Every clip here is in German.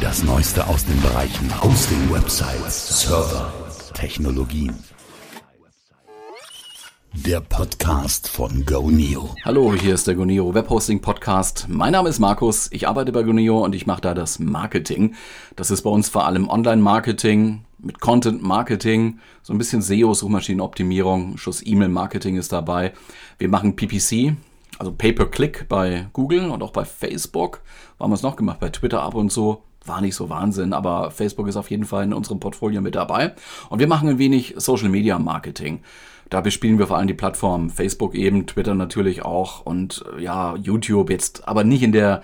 Das Neueste aus den Bereichen Hosting, Websites, Server, Technologien. Der Podcast von GoNeo. Hallo, hier ist der GoNeo Webhosting Podcast. Mein Name ist Markus, ich arbeite bei GoNeo und ich mache da das Marketing. Das ist bei uns vor allem Online-Marketing mit Content-Marketing, so ein bisschen SEO, Suchmaschinenoptimierung, Schuss E-Mail-Marketing ist dabei. Wir machen PPC, also Pay-per-Click bei Google und auch bei Facebook. Wo haben wir es noch gemacht? Bei Twitter ab und so. War nicht so Wahnsinn, aber Facebook ist auf jeden Fall in unserem Portfolio mit dabei. Und wir machen ein wenig Social-Media-Marketing. Da bespielen wir vor allem die Plattformen Facebook eben, Twitter natürlich auch und ja, YouTube jetzt, aber nicht in der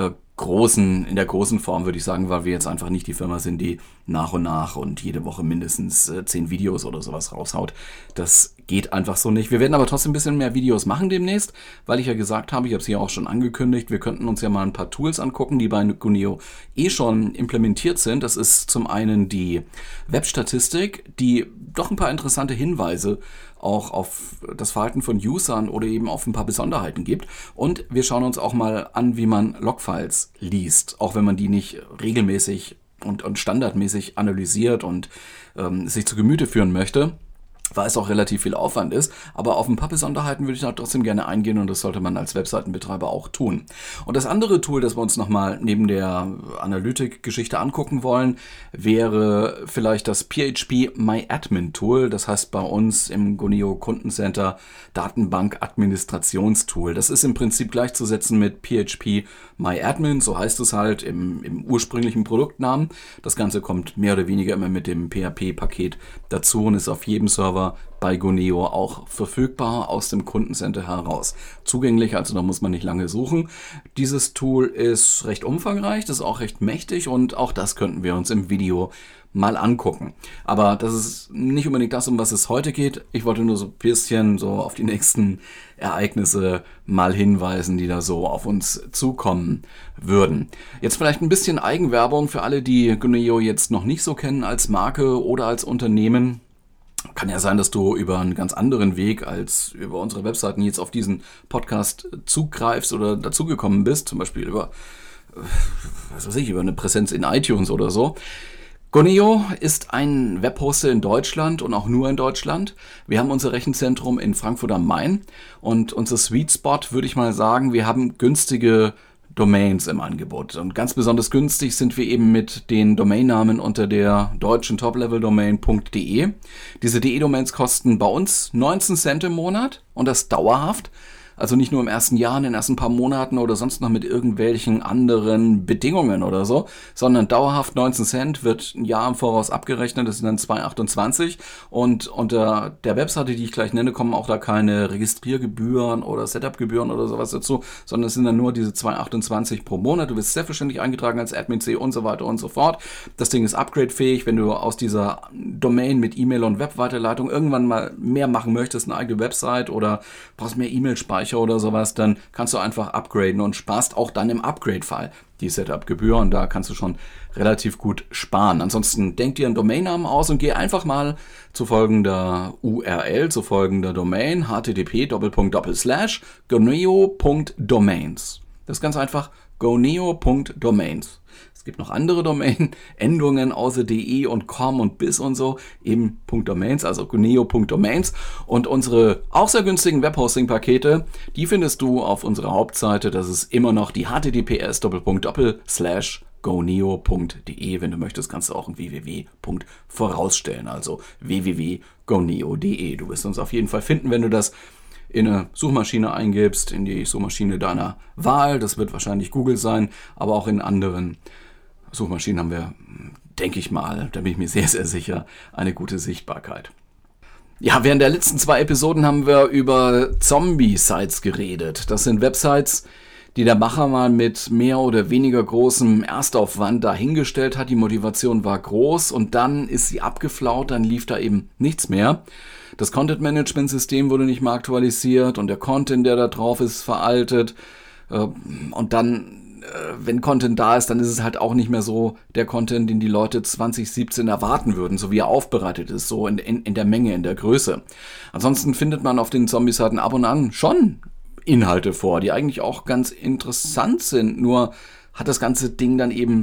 großen Form, würde ich sagen, weil wir jetzt einfach nicht die Firma sind, die nach und nach und jede Woche mindestens 10 Videos oder sowas raushaut. Das geht einfach so nicht. Wir werden aber trotzdem ein bisschen mehr Videos machen demnächst, weil ich ja gesagt habe, ich habe es ja auch schon angekündigt, wir könnten uns ja mal ein paar Tools angucken, die bei GoNeo schon implementiert sind. Das ist zum einen die Webstatistik, die doch ein paar interessante Hinweise auch auf das Verhalten von Usern oder eben auf ein paar Besonderheiten gibt. Und wir schauen uns auch mal an, wie man Logfiles liest, auch wenn man die nicht regelmäßig und standardmäßig analysiert und sich zu Gemüte führen möchte, weil es auch relativ viel Aufwand ist. Aber auf ein paar Besonderheiten würde ich da trotzdem gerne eingehen und das sollte man als Webseitenbetreiber auch tun. Und das andere Tool, das wir uns nochmal neben der Analytik-Geschichte angucken wollen, wäre vielleicht das PHP MyAdmin Tool. Das heißt bei uns im GoNeo Kundencenter Datenbank-Administrationstool. Das ist im Prinzip gleichzusetzen mit PHP MyAdmin, so heißt es halt im ursprünglichen Produktnamen. Das Ganze kommt mehr oder weniger immer mit dem PHP-Paket dazu und ist auf jedem Server bei GoNeo auch verfügbar aus dem Kundencenter heraus. Zugänglich, also da muss man nicht lange suchen. Dieses Tool ist recht umfangreich, das ist auch recht mächtig und auch das könnten wir uns im Video mal angucken. Aber das ist nicht unbedingt das, um was es heute geht. Ich wollte nur so ein bisschen so auf die nächsten Ereignisse mal hinweisen, die da so auf uns zukommen würden. Jetzt vielleicht ein bisschen Eigenwerbung für alle, die GoNeo jetzt noch nicht so kennen als Marke oder als Unternehmen. Kann ja sein, dass du über einen ganz anderen Weg als über unsere Webseiten jetzt auf diesen Podcast zugreifst oder dazugekommen bist, zum Beispiel über, über eine Präsenz in iTunes oder so. GoNeo ist ein Webhoster in Deutschland und auch nur in Deutschland. Wir haben unser Rechenzentrum in Frankfurt am Main und unser Sweet Spot, würde ich mal sagen, wir haben günstige Domains im Angebot. Und ganz besonders günstig sind wir eben mit den Domainnamen unter der deutschen Top-Level-Domain.de. Diese DE-Domains kosten bei uns 19 Cent im Monat und das dauerhaft. Also nicht nur im ersten Jahr, in den ersten paar Monaten oder sonst noch mit irgendwelchen anderen Bedingungen oder so, sondern dauerhaft 19 Cent wird ein Jahr im Voraus abgerechnet, das sind dann 2,28 und unter der Webseite, die ich gleich nenne, kommen auch da keine Registriergebühren oder Setupgebühren oder sowas dazu, sondern es sind dann nur diese 2,28 pro Monat. Du wirst selbstverständlich eingetragen als Admin C und so weiter und so fort. Das Ding ist upgradefähig, wenn du aus dieser Domain mit E-Mail und Webweiterleitung irgendwann mal mehr machen möchtest, eine eigene Website oder brauchst mehr E-Mail-Speicher oder sowas, dann kannst du einfach upgraden und sparst auch dann im Upgrade-File die Setup-Gebühr und da kannst du schon relativ gut sparen. Ansonsten denk dir einen Domainnamen aus und geh einfach mal zu folgender URL, zu folgender Domain, http://goneo.domains. Das ist ganz einfach, goneo.domains. Es gibt noch andere Domain-Endungen außer .de und .com und .biz und so, eben .domains, also goneo.domains. Und unsere auch sehr günstigen Webhosting-Pakete, die findest du auf unserer Hauptseite. Das ist immer noch die https://goneo.de. Wenn du möchtest, kannst du auch ein www. vorausstellen, also www.goneo.de. Du wirst uns auf jeden Fall finden, wenn du das in eine Suchmaschine eingibst, in die Suchmaschine deiner Wahl. Das wird wahrscheinlich Google sein, aber auch in anderen Suchmaschinen haben wir, denke ich mal, da bin ich mir sehr, sehr sicher, eine gute Sichtbarkeit. Ja, während der letzten 2 Episoden haben wir über Zombie-Sites geredet. Das sind Websites, die der Macher mal mit mehr oder weniger großem Erstaufwand dahingestellt hat. Die Motivation war groß und dann ist sie abgeflaut, dann lief da eben nichts mehr. Das Content-Management-System wurde nicht mehr aktualisiert und der Content, der da drauf ist, veraltet. Und dann, wenn Content da ist, dann ist es halt auch nicht mehr so der Content, den die Leute 2017 erwarten würden, so wie er aufbereitet ist, so in der Menge, in der Größe. Ansonsten findet man auf den Zombie-Seiten ab und an schon Inhalte vor, die eigentlich auch ganz interessant sind, nur hat das ganze Ding dann eben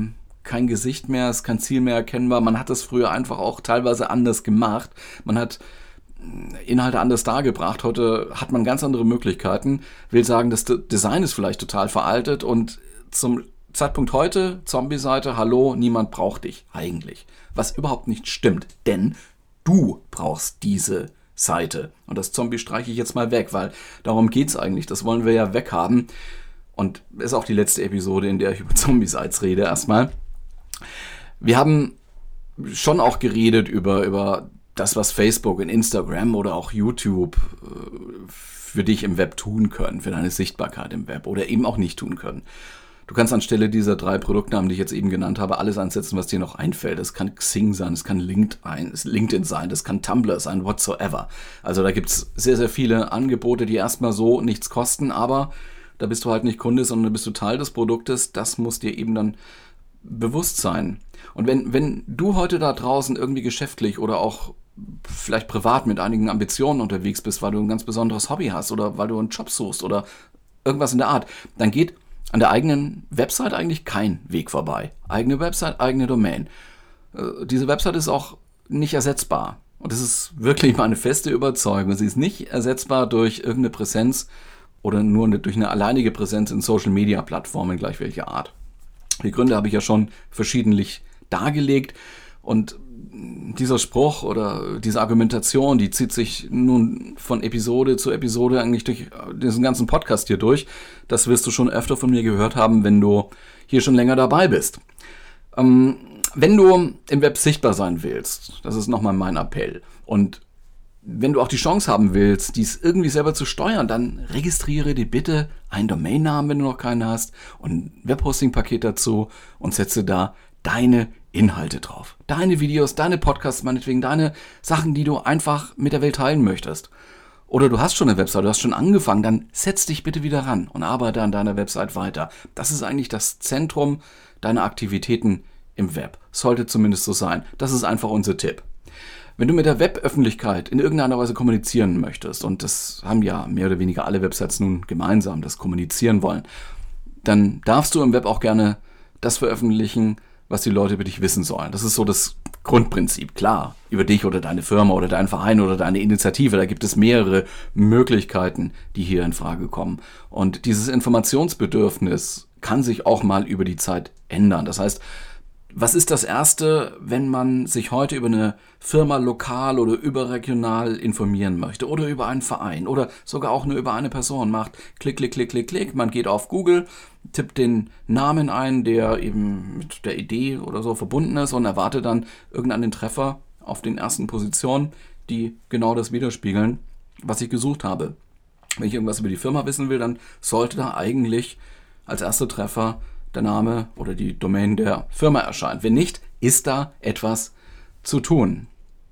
kein Gesicht mehr, es ist kein Ziel mehr erkennbar. Man hat das früher einfach auch teilweise anders gemacht. Man hat Inhalte anders dargebracht. Heute hat man ganz andere Möglichkeiten. Will sagen, das Design ist vielleicht total veraltet und zum Zeitpunkt heute, Zombie-Seite, hallo, niemand braucht dich eigentlich. Was überhaupt nicht stimmt, denn du brauchst diese Seite. Und das Zombie streiche ich jetzt mal weg, weil darum geht's eigentlich. Das wollen wir ja weghaben. Und ist auch die letzte Episode, in der ich über Zombie-Sites rede erstmal. Wir haben schon auch geredet über das, was Facebook und Instagram oder auch YouTube für dich im Web tun können, für deine Sichtbarkeit im Web oder eben auch nicht tun können. Du kannst anstelle dieser 3 Produktnamen, die ich jetzt eben genannt habe, alles einsetzen, was dir noch einfällt. Das kann Xing sein, das kann LinkedIn sein, das kann Tumblr sein, whatsoever. Also da gibt's sehr, sehr viele Angebote, die erstmal so nichts kosten, aber da bist du halt nicht Kunde, sondern da bist du Teil des Produktes. Das muss dir eben dann bewusst sein. Und wenn du heute da draußen irgendwie geschäftlich oder auch vielleicht privat mit einigen Ambitionen unterwegs bist, weil du ein ganz besonderes Hobby hast oder weil du einen Job suchst oder irgendwas in der Art, dann geht an der eigenen Website eigentlich kein Weg vorbei. Eigene Website, eigene Domain. Diese Website ist auch nicht ersetzbar. Und das ist wirklich meine feste Überzeugung. Sie ist nicht ersetzbar durch irgendeine Präsenz oder nur durch eine alleinige Präsenz in Social-Media-Plattformen, gleich welcher Art. Die Gründe habe ich ja schon verschiedentlich dargelegt. Und dieser Spruch oder diese Argumentation, die zieht sich nun von Episode zu Episode eigentlich durch diesen ganzen Podcast hier durch. Das wirst du schon öfter von mir gehört haben, wenn du hier schon länger dabei bist. Wenn du im Web sichtbar sein willst, das ist nochmal mein Appell. Und wenn du auch die Chance haben willst, dies irgendwie selber zu steuern, dann registriere dir bitte einen Domainnamen, wenn du noch keinen hast, und ein Webhosting-Paket dazu und setze da deine Inhalte drauf. Deine Videos, deine Podcasts, meinetwegen deine Sachen, die du einfach mit der Welt teilen möchtest. Oder du hast schon eine Website, du hast schon angefangen, dann setz dich bitte wieder ran und arbeite an deiner Website weiter. Das ist eigentlich das Zentrum deiner Aktivitäten im Web. Sollte zumindest so sein. Das ist einfach unser Tipp. Wenn du mit der Weböffentlichkeit in irgendeiner Weise kommunizieren möchtest, und das haben ja mehr oder weniger alle Websites nun gemeinsam, das kommunizieren wollen, dann darfst du im Web auch gerne das veröffentlichen, was die Leute über dich wissen sollen. Das ist so das Grundprinzip. Klar, über dich oder deine Firma oder deinen Verein oder deine Initiative, da gibt es mehrere Möglichkeiten, die hier in Frage kommen. Und dieses Informationsbedürfnis kann sich auch mal über die Zeit ändern. Das heißt, was ist das Erste, wenn man sich heute über eine Firma lokal oder überregional informieren möchte oder über einen Verein oder sogar auch nur über eine Person macht? Klick, klick, klick, klick, klick. Man geht auf Google, tippt den Namen ein, der eben mit der Idee oder so verbunden ist und erwartet dann irgendeinen Treffer auf den ersten Positionen, die genau das widerspiegeln, was ich gesucht habe. Wenn ich irgendwas über die Firma wissen will, dann sollte da eigentlich als erster Treffer der Name oder die Domain der Firma erscheint. Wenn nicht, ist da etwas zu tun.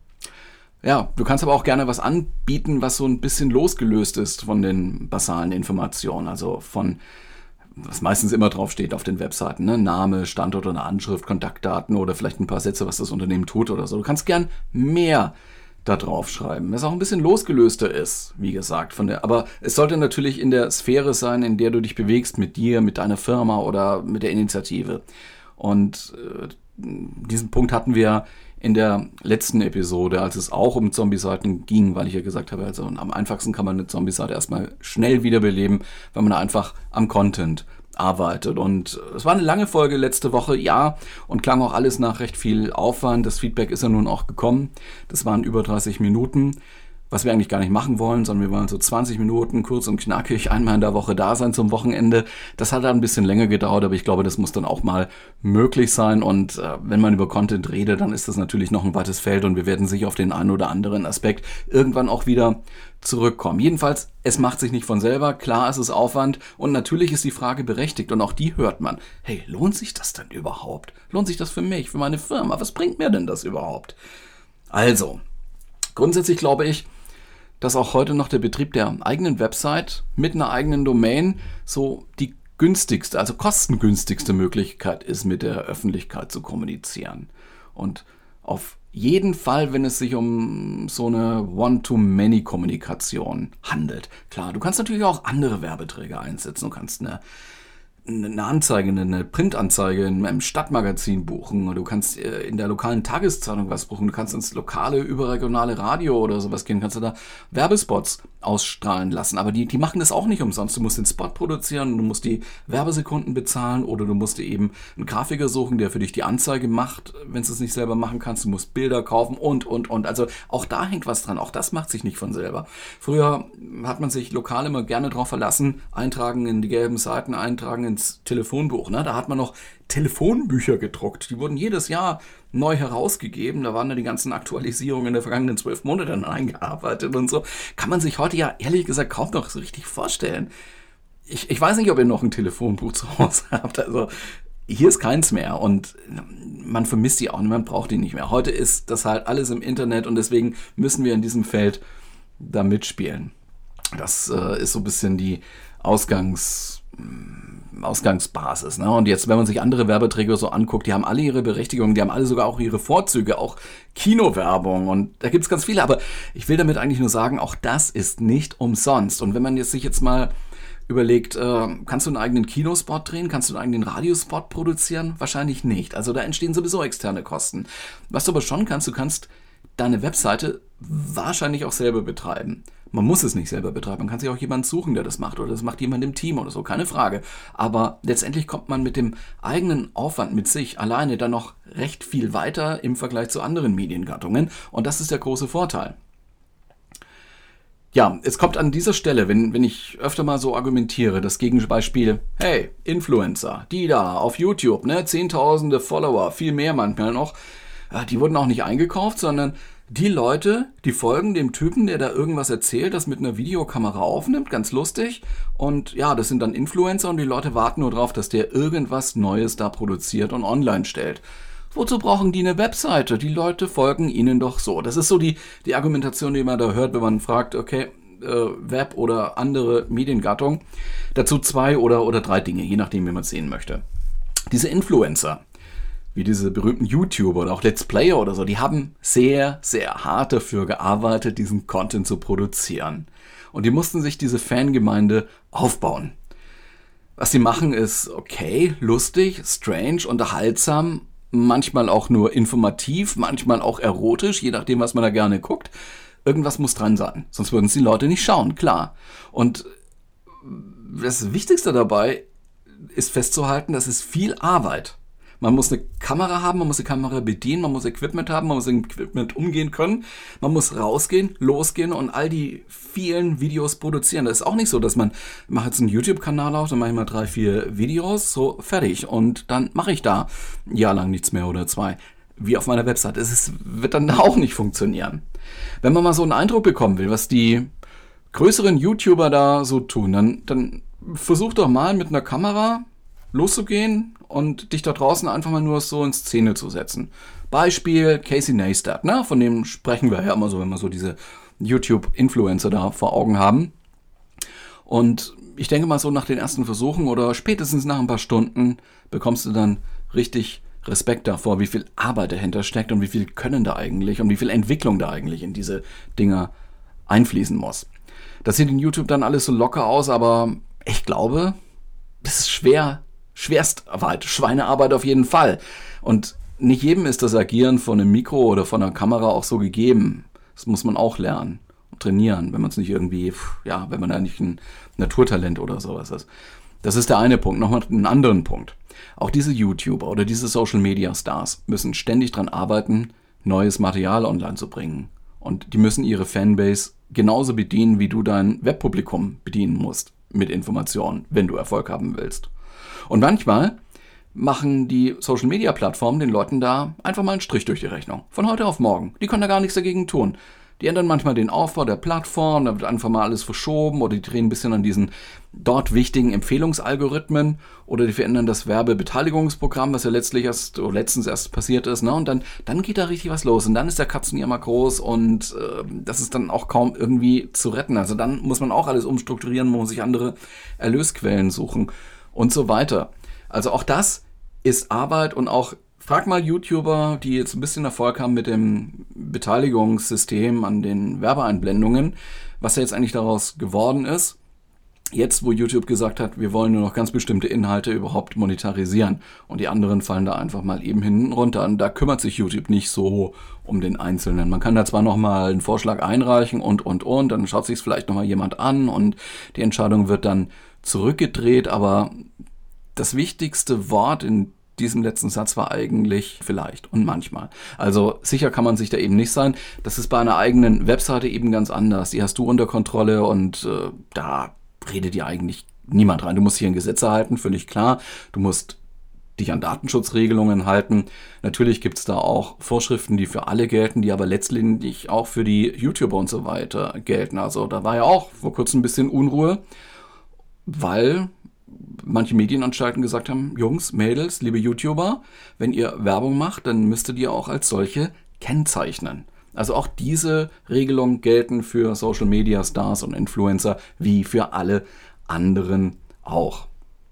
Ja, du kannst aber auch gerne was anbieten, was so ein bisschen losgelöst ist von den basalen Informationen, also von, was meistens immer drauf steht auf den Webseiten, ne? Name, Standort oder Anschrift, Kontaktdaten oder vielleicht ein paar Sätze, was das Unternehmen tut oder so. Du kannst gern mehr da drauf schreiben, was auch ein bisschen losgelöster ist, wie gesagt, aber es sollte natürlich in der Sphäre sein, in der du dich bewegst mit dir, mit deiner Firma oder mit der Initiative. Und diesen Punkt hatten wir in der letzten Episode, als es auch um Zombie-Seiten ging, weil ich ja gesagt habe, also am einfachsten kann man eine Zombie-Seite erstmal schnell wiederbeleben, wenn man einfach am Content arbeitet. Und es war eine lange Folge letzte Woche, ja, und klang auch alles nach recht viel Aufwand. Das Feedback ist ja nun auch gekommen. Das waren über 30 Minuten, was wir eigentlich gar nicht machen wollen, sondern wir wollen so 20 Minuten kurz und knackig einmal in der Woche da sein zum Wochenende. Das hat dann ein bisschen länger gedauert, aber ich glaube, das muss dann auch mal möglich sein. Und wenn man über Content redet, dann ist das natürlich noch ein weites Feld und wir werden sicher auf den einen oder anderen Aspekt irgendwann auch wieder zurückkommen. Jedenfalls, es macht sich nicht von selber. Klar, es ist Aufwand und natürlich ist die Frage berechtigt und auch die hört man. Hey, lohnt sich das denn überhaupt? Lohnt sich das für mich, für meine Firma? Was bringt mir denn das überhaupt? Also, grundsätzlich glaube ich, dass auch heute noch der Betrieb der eigenen Website mit einer eigenen Domain so die günstigste, also kostengünstigste Möglichkeit ist, mit der Öffentlichkeit zu kommunizieren. Und auf jeden Fall, wenn es sich um so eine One-to-Many-Kommunikation handelt. Klar, du kannst natürlich auch andere Werbeträger einsetzen. Du kannst eine eine Anzeige, eine Printanzeige in einem Stadtmagazin buchen, oder du kannst in der lokalen Tageszeitung was buchen, du kannst ins lokale, überregionale Radio oder sowas gehen, kannst du da Werbespots ausstrahlen lassen. Aber die machen das auch nicht umsonst. Du musst den Spot produzieren, du musst die Werbesekunden bezahlen oder du musst dir eben einen Grafiker suchen, der für dich die Anzeige macht, wenn du es nicht selber machen kannst. Du musst Bilder kaufen und. Also auch da hängt was dran. Auch das macht sich nicht von selber. Früher hat man sich lokal immer gerne drauf verlassen, eintragen in die gelben Seiten, eintragen ins Telefonbuch. Ne? Da hat man noch Telefonbücher gedruckt. Die wurden jedes Jahr neu herausgegeben. Da waren dann die ganzen Aktualisierungen in der vergangenen 12 Monate dann eingearbeitet und so. Kann man sich heute ja ehrlich gesagt kaum noch so richtig vorstellen. Ich weiß nicht, ob ihr noch ein Telefonbuch zu Hause habt. Also hier ist keins mehr und man vermisst die auch nicht, man braucht die nicht mehr. Heute ist das halt alles im Internet und deswegen müssen wir in diesem Feld da mitspielen. Das ist so ein bisschen die Ausgangsbasis. Ne? Und jetzt, wenn man sich andere Werbeträger so anguckt, die haben alle ihre Berechtigung, die haben alle sogar auch ihre Vorzüge, auch Kinowerbung und da gibt es ganz viele. Aber ich will damit eigentlich nur sagen, auch das ist nicht umsonst. Und wenn man sich jetzt mal überlegt, kannst du einen eigenen Kinospot drehen? Kannst du einen eigenen Radiospot produzieren? Wahrscheinlich nicht. Also da entstehen sowieso externe Kosten. Was du aber schon kannst, du kannst deine Webseite wahrscheinlich auch selber betreiben. Man muss es nicht selber betreiben, man kann sich auch jemanden suchen, der das macht oder das macht jemand im Team oder so, keine Frage. Aber letztendlich kommt man mit dem eigenen Aufwand mit sich alleine dann noch recht viel weiter im Vergleich zu anderen Mediengattungen und das ist der große Vorteil. Ja, es kommt an dieser Stelle, wenn ich öfter mal so argumentiere, das Gegenbeispiel, hey, Influencer, die da auf YouTube, ne, Zehntausende Follower, viel mehr manchmal noch, die wurden auch nicht eingekauft, sondern die Leute, die folgen dem Typen, der da irgendwas erzählt, das mit einer Videokamera aufnimmt, ganz lustig. Und ja, das sind dann Influencer und die Leute warten nur drauf, dass der irgendwas Neues da produziert und online stellt. Wozu brauchen die eine Webseite? Die Leute folgen ihnen doch so. Das ist so die Argumentation, die man da hört, wenn man fragt, okay, Web oder andere Mediengattung. Dazu 2 oder 3 Dinge, je nachdem, wie man es sehen möchte. Diese Influencer, wie diese berühmten YouTuber oder auch Let's Player oder so, die haben sehr, sehr hart dafür gearbeitet, diesen Content zu produzieren. Und die mussten sich diese Fangemeinde aufbauen. Was sie machen ist okay, lustig, strange, unterhaltsam, manchmal auch nur informativ, manchmal auch erotisch, je nachdem, was man da gerne guckt. Irgendwas muss dran sein, sonst würden es die Leute nicht schauen, klar. Und das Wichtigste dabei ist festzuhalten, das ist viel Arbeit. Man muss eine Kamera haben, man muss die Kamera bedienen, man muss Equipment haben, man muss mit Equipment umgehen können, man muss rausgehen, losgehen und all die vielen Videos produzieren. Das ist auch nicht so, dass man, ich mache jetzt einen YouTube-Kanal auf, dann mache ich mal 3, 4 Videos, so fertig und dann mache ich da ein Jahr lang nichts mehr oder 2, wie auf meiner Website. Es wird dann auch nicht funktionieren. Wenn man mal so einen Eindruck bekommen will, was die größeren YouTuber da so tun, dann versuch doch mal mit einer Kamera loszugehen und dich da draußen einfach mal nur so in Szene zu setzen. Beispiel Casey Neistat, ne? Von dem sprechen wir ja immer so, wenn wir so diese YouTube-Influencer da vor Augen haben. Und ich denke mal so nach den ersten Versuchen oder spätestens nach ein paar Stunden bekommst du dann richtig Respekt davor, wie viel Arbeit dahinter steckt und wie viel Können da eigentlich und wie viel Entwicklung da eigentlich in diese Dinger einfließen muss. Das sieht in YouTube dann alles so locker aus, aber ich glaube, das ist Schwerstarbeit, Schweinearbeit auf jeden Fall. Und nicht jedem ist das Agieren von einem Mikro oder von einer Kamera auch so gegeben. Das muss man auch lernen und trainieren, wenn man es nicht irgendwie, wenn man da nicht ein Naturtalent oder sowas ist. Das ist der eine Punkt. Nochmal einen anderen Punkt. Auch diese YouTuber oder diese Social Media Stars müssen ständig dran arbeiten, neues Material online zu bringen. Und die müssen ihre Fanbase genauso bedienen, wie du dein Webpublikum bedienen musst mit Informationen, wenn du Erfolg haben willst. Und manchmal machen die Social-Media-Plattformen den Leuten da einfach mal einen Strich durch die Rechnung. Von heute auf morgen. Die können da gar nichts dagegen tun. Die ändern manchmal den Aufbau der Plattform, da wird einfach mal alles verschoben oder die drehen ein bisschen an diesen dort wichtigen Empfehlungsalgorithmen oder die verändern das Werbebeteiligungsprogramm, was ja letztens erst passiert ist, ne? Und dann geht da richtig was los und dann ist der Katzenjammer groß und das ist dann auch kaum irgendwie zu retten. Also dann muss man auch alles umstrukturieren, muss sich andere Erlösquellen suchen und so weiter. Also auch das ist Arbeit und auch frag mal YouTuber, die jetzt ein bisschen Erfolg haben mit dem Beteiligungssystem an den Werbeeinblendungen, was ja jetzt eigentlich daraus geworden ist. Jetzt, wo YouTube gesagt hat, wir wollen nur noch ganz bestimmte Inhalte überhaupt monetarisieren und die anderen fallen da einfach mal eben hinten runter. Und da kümmert sich YouTube nicht so um den Einzelnen. Man kann da zwar nochmal einen Vorschlag einreichen und, dann schaut sich es vielleicht nochmal jemand an und die Entscheidung wird dann zurückgedreht, aber das wichtigste Wort in diesem letzten Satz war eigentlich vielleicht und manchmal. Also sicher kann man sich da eben nicht sein. Das ist bei einer eigenen Webseite eben ganz anders. Die hast du unter Kontrolle und da redet dir eigentlich niemand rein. Du musst dich an Gesetze halten, völlig klar. Du musst dich an Datenschutzregelungen halten. Natürlich gibt es da auch Vorschriften, die für alle gelten, die aber letztendlich auch für die YouTuber und so weiter gelten. Also da war ja auch vor kurzem ein bisschen Unruhe, weil manche Medienanstalten gesagt haben, Jungs, Mädels, liebe YouTuber, wenn ihr Werbung macht, dann müsstet ihr auch als solche kennzeichnen. Also auch diese Regelungen gelten für Social Media Stars und Influencer wie für alle anderen auch.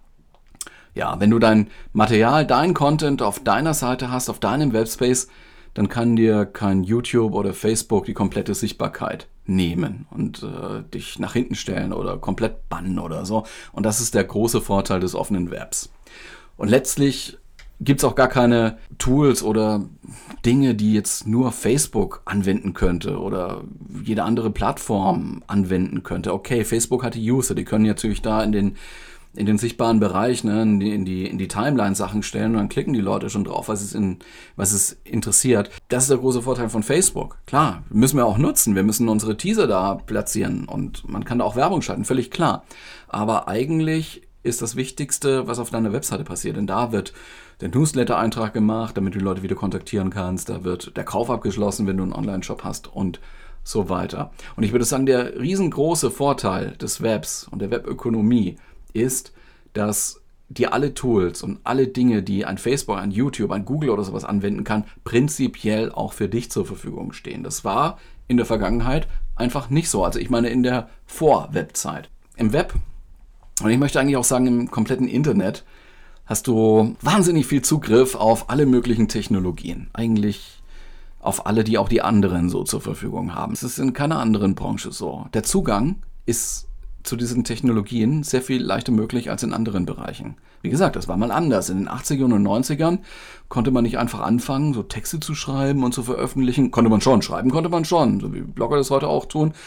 Ja, wenn du dein Material, dein Content auf deiner Seite hast, auf deinem Webspace, dann kann dir kein YouTube oder Facebook die komplette Sichtbarkeit nehmen und dich nach hinten stellen oder komplett bannen oder so. Und das ist der große Vorteil des offenen Webs. Und letztlich gibt es auch gar keine Tools oder Dinge, die jetzt nur Facebook anwenden könnte oder jede andere Plattform anwenden könnte. Okay, Facebook hat die User, die können natürlich da in den sichtbaren Bereich, ne, in die Timeline Sachen stellen und dann klicken die Leute schon drauf, was es interessiert. Das ist der große Vorteil von Facebook. Klar, müssen wir auch nutzen. Wir müssen unsere Teaser da platzieren und man kann da auch Werbung schalten, völlig klar. Aber eigentlich ist das Wichtigste, was auf deiner Webseite passiert. Denn da wird der Newsletter-Eintrag gemacht, damit du die Leute wieder kontaktieren kannst. Da wird der Kauf abgeschlossen, wenn du einen Online-Shop hast und so weiter. Und ich würde sagen, der riesengroße Vorteil des Webs und der Webökonomie ist, dass dir alle Tools und alle Dinge, die ein Facebook, ein YouTube, ein Google oder sowas anwenden kann, prinzipiell auch für dich zur Verfügung stehen. Das war in der Vergangenheit einfach nicht so. Also ich meine in der Vor-Web-Zeit. Im Web, und ich möchte eigentlich auch sagen im kompletten Internet, hast du wahnsinnig viel Zugriff auf alle möglichen Technologien. Eigentlich auf alle, die auch die anderen so zur Verfügung haben. Es ist in keiner anderen Branche so. Der Zugang ist zu diesen Technologien sehr viel leichter möglich als in anderen Bereichen. Wie gesagt, das war mal anders. In den 80ern und 90ern konnte man nicht einfach anfangen, so Texte zu schreiben und zu veröffentlichen. Konnte man schon, schreiben konnte man schon, so wie Blogger das heute auch tun.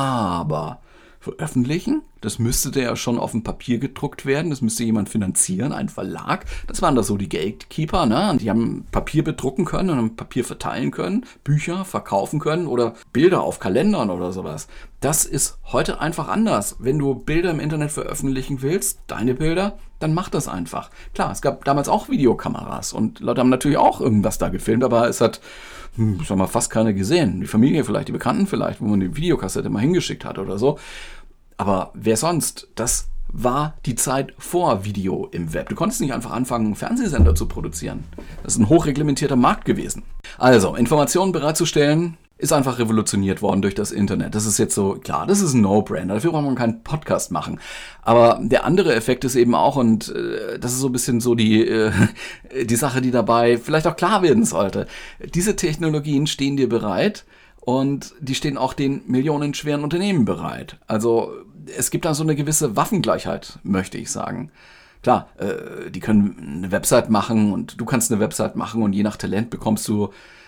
Aber veröffentlichen, das müsste ja schon auf dem Papier gedruckt werden, das müsste jemand finanzieren, ein Verlag. Das waren da so die Gatekeeper, ne? Die haben Papier bedrucken können und haben Papier verteilen können, Bücher verkaufen können oder Bilder auf Kalendern oder sowas. Das ist heute einfach anders. Wenn du Bilder im Internet veröffentlichen willst, deine Bilder, dann mach das einfach. Klar, es gab damals auch Videokameras und Leute haben natürlich auch irgendwas da gefilmt, aber es hat fast keiner gesehen. Die Familie vielleicht, die Bekannten vielleicht, wo man die Videokassette mal hingeschickt hat oder so. Aber wer sonst? Das war die Zeit vor Video im Web. Du konntest nicht einfach anfangen, einen Fernsehsender zu produzieren. Das ist ein hochreglementierter Markt gewesen. Also, Informationen bereitzustellen, ist einfach revolutioniert worden durch das Internet. Das ist jetzt so, klar, das ist ein No-Brainer. Dafür braucht man keinen Podcast machen. Aber der andere Effekt ist eben auch, und das ist so ein bisschen so die Sache, die dabei vielleicht auch klar werden sollte. Diese Technologien stehen dir bereit und die stehen auch den millionenschweren Unternehmen bereit. Also es gibt da so eine gewisse Waffengleichheit, möchte ich sagen. Klar, die können eine Website machen und du kannst eine Website machen und je nach Talent bekommst du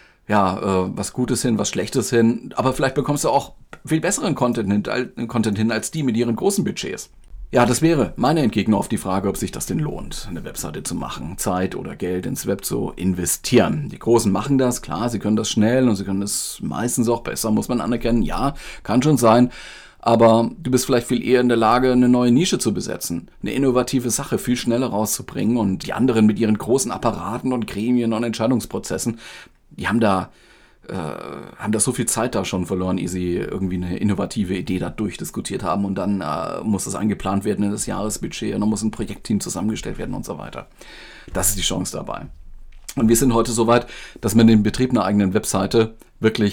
was Gutes hin, was Schlechtes hin, aber vielleicht bekommst du auch viel besseren Content hin als die mit ihren großen Budgets. Ja, das wäre meine Entgegnung auf die Frage, ob sich das denn lohnt, eine Webseite zu machen, Zeit oder Geld ins Web zu investieren. Die Großen machen das, klar, sie können das schnell und sie können das meistens auch besser, muss man anerkennen. Ja, kann schon sein, aber du bist vielleicht viel eher in der Lage, eine neue Nische zu besetzen, eine innovative Sache viel schneller rauszubringen und die anderen mit ihren großen Apparaten und Gremien und Entscheidungsprozessen, die haben da so viel Zeit da schon verloren, ehe sie irgendwie eine innovative Idee da durchdiskutiert haben und dann muss das eingeplant werden in das Jahresbudget und dann muss ein Projektteam zusammengestellt werden und so weiter. Das ist die Chance dabei. Und wir sind heute so weit, dass man den Betrieb einer eigenen Webseite wirklich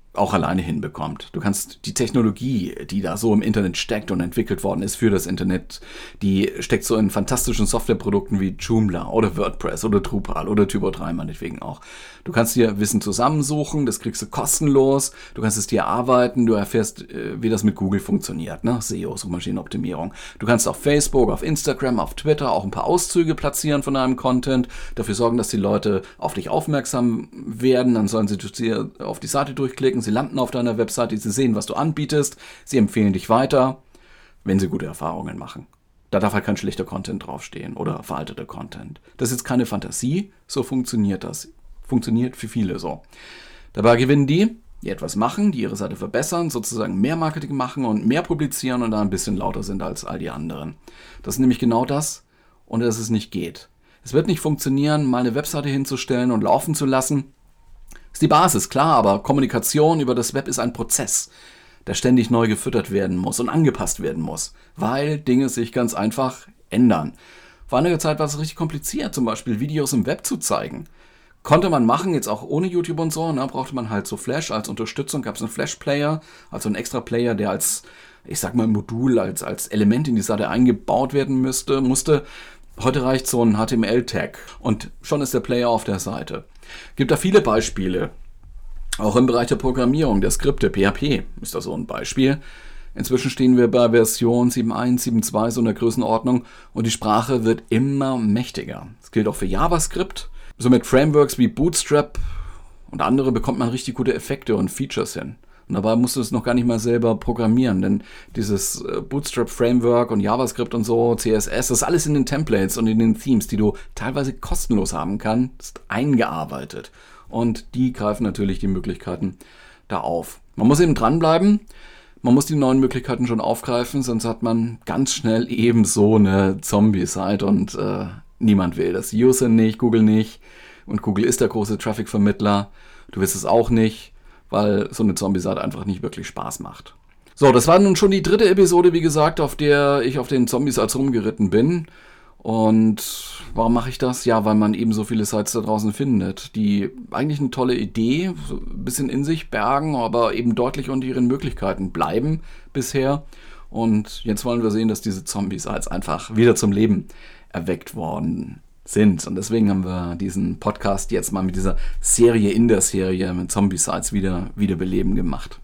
auch alleine hinbekommt. Du kannst die Technologie, die da so im Internet steckt und entwickelt worden ist für das Internet, die steckt so in fantastischen Softwareprodukten wie Joomla oder WordPress oder Drupal oder Typo 3 meinetwegen auch. Du kannst dir Wissen zusammensuchen, das kriegst du kostenlos, du kannst es dir erarbeiten, du erfährst, wie das mit Google funktioniert, ne? SEO, Suchmaschinenoptimierung. Du kannst auf Facebook, auf Instagram, auf Twitter auch ein paar Auszüge platzieren von deinem Content, dafür sorgen, dass die Leute auf dich aufmerksam werden, dann sollen sie auf die Seite durchklicken, sie landen auf deiner Webseite, sie sehen, was du anbietest, sie empfehlen dich weiter, wenn sie gute Erfahrungen machen. Da darf halt kein schlechter Content draufstehen oder veralteter Content. Das ist jetzt keine Fantasie, so funktioniert das. Funktioniert für viele so. Dabei gewinnen die etwas machen, die ihre Seite verbessern, sozusagen mehr Marketing machen und mehr publizieren und da ein bisschen lauter sind als all die anderen. Das ist nämlich genau das, ohne dass es nicht geht. Es wird nicht funktionieren, mal eine Webseite hinzustellen und laufen zu lassen. Ist die Basis, klar, aber Kommunikation über das Web ist ein Prozess, der ständig neu gefüttert werden muss und angepasst werden muss, weil Dinge sich ganz einfach ändern. Vor einiger Zeit war es richtig kompliziert, zum Beispiel Videos im Web zu zeigen. Konnte man machen, jetzt auch ohne YouTube und so, ne, brauchte man halt so Flash als Unterstützung, gab es einen Flash-Player, also einen extra Player, der als, ich sag mal, Modul, als Element in die Seite eingebaut werden musste. Heute reicht so ein HTML-Tag und schon ist der Player auf der Seite. Gibt da viele Beispiele, auch im Bereich der Programmierung, der Skripte, PHP ist da so ein Beispiel. Inzwischen stehen wir bei Version 7.1, 7.2, so in der Größenordnung und die Sprache wird immer mächtiger. Das gilt auch für JavaScript. So mit Frameworks wie Bootstrap und andere bekommt man richtig gute Effekte und Features hin. Und dabei musst du es noch gar nicht mal selber programmieren, denn dieses Bootstrap-Framework und JavaScript und so, CSS, das ist alles in den Templates und in den Themes, die du teilweise kostenlos haben kannst, eingearbeitet. Und die greifen natürlich die Möglichkeiten da auf. Man muss eben dranbleiben, man muss die neuen Möglichkeiten schon aufgreifen, sonst hat man ganz schnell eben so eine Zombie-Site und niemand will das. User nicht, Google nicht. Und Google ist der große Traffic-Vermittler. Du willst es auch nicht, weil so eine Zombie-Seite einfach nicht wirklich Spaß macht. So, das war nun schon die 3. Episode, wie gesagt, auf der ich auf den Zombies rumgeritten bin. Und warum mache ich das? Ja, weil man eben so viele Sites da draußen findet, die eigentlich eine tolle Idee, so ein bisschen in sich bergen, aber eben deutlich unter ihren Möglichkeiten bleiben bisher. Und jetzt wollen wir sehen, dass diese Zombie-Sites einfach wieder zum Leben erweckt worden sind. Und deswegen haben wir diesen Podcast jetzt mal mit dieser Serie in der Serie mit Zombie-Sites wieder beleben gemacht.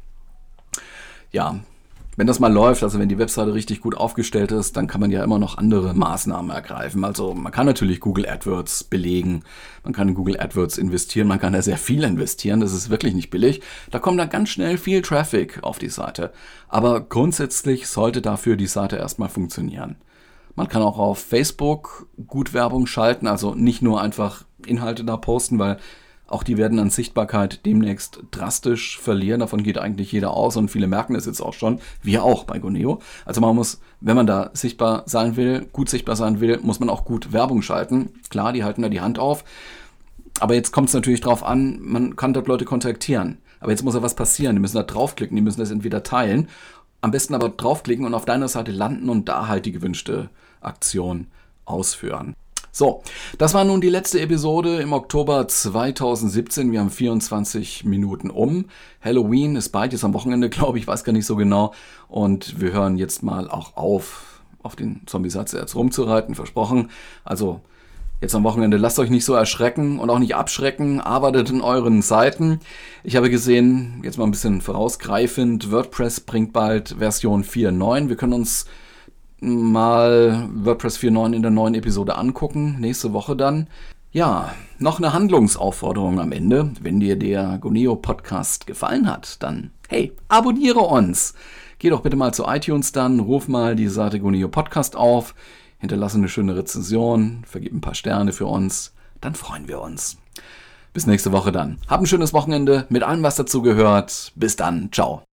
Ja, wenn das mal läuft, also wenn die Webseite richtig gut aufgestellt ist, dann kann man ja immer noch andere Maßnahmen ergreifen. Also man kann natürlich Google AdWords belegen, man kann in Google AdWords investieren, man kann da sehr viel investieren, das ist wirklich nicht billig. Da kommt dann ganz schnell viel Traffic auf die Seite. Aber grundsätzlich sollte dafür die Seite erstmal funktionieren. Man kann auch auf Facebook gut Werbung schalten, also nicht nur einfach Inhalte da posten, weil auch die werden an Sichtbarkeit demnächst drastisch verlieren. Davon geht eigentlich jeder aus und viele merken es jetzt auch schon. Wir auch bei Goneo. Also man muss, wenn man da sichtbar sein will, gut sichtbar sein will, muss man auch gut Werbung schalten. Klar, die halten da die Hand auf. Aber jetzt kommt es natürlich drauf an, man kann dort Leute kontaktieren. Aber jetzt muss ja was passieren. Die müssen da draufklicken, die müssen das entweder teilen. Am besten aber draufklicken und auf deiner Seite landen und da halt die gewünschte Aktion ausführen. So, das war nun die letzte Episode im Oktober 2017. Wir haben 24 Minuten um. Halloween ist bald, jetzt am Wochenende, glaube ich, weiß gar nicht so genau. Und wir hören jetzt mal auch auf den Zombie-Satz jetzt rumzureiten, versprochen. Also jetzt am Wochenende, lasst euch nicht so erschrecken und auch nicht abschrecken. Arbeitet in euren Seiten. Ich habe gesehen, jetzt mal ein bisschen vorausgreifend, WordPress bringt bald Version 4.9. Wir können uns mal WordPress 4.9 in der neuen Episode angucken, nächste Woche dann. Ja, noch eine Handlungsaufforderung am Ende. Wenn dir der Goneo Podcast gefallen hat, dann hey, abonniere uns. Geh doch bitte mal zu iTunes dann, ruf mal die Seite Goneo Podcast auf, hinterlasse eine schöne Rezension, vergib ein paar Sterne für uns, dann freuen wir uns. Bis nächste Woche dann. Hab ein schönes Wochenende mit allem, was dazu gehört. Bis dann, ciao.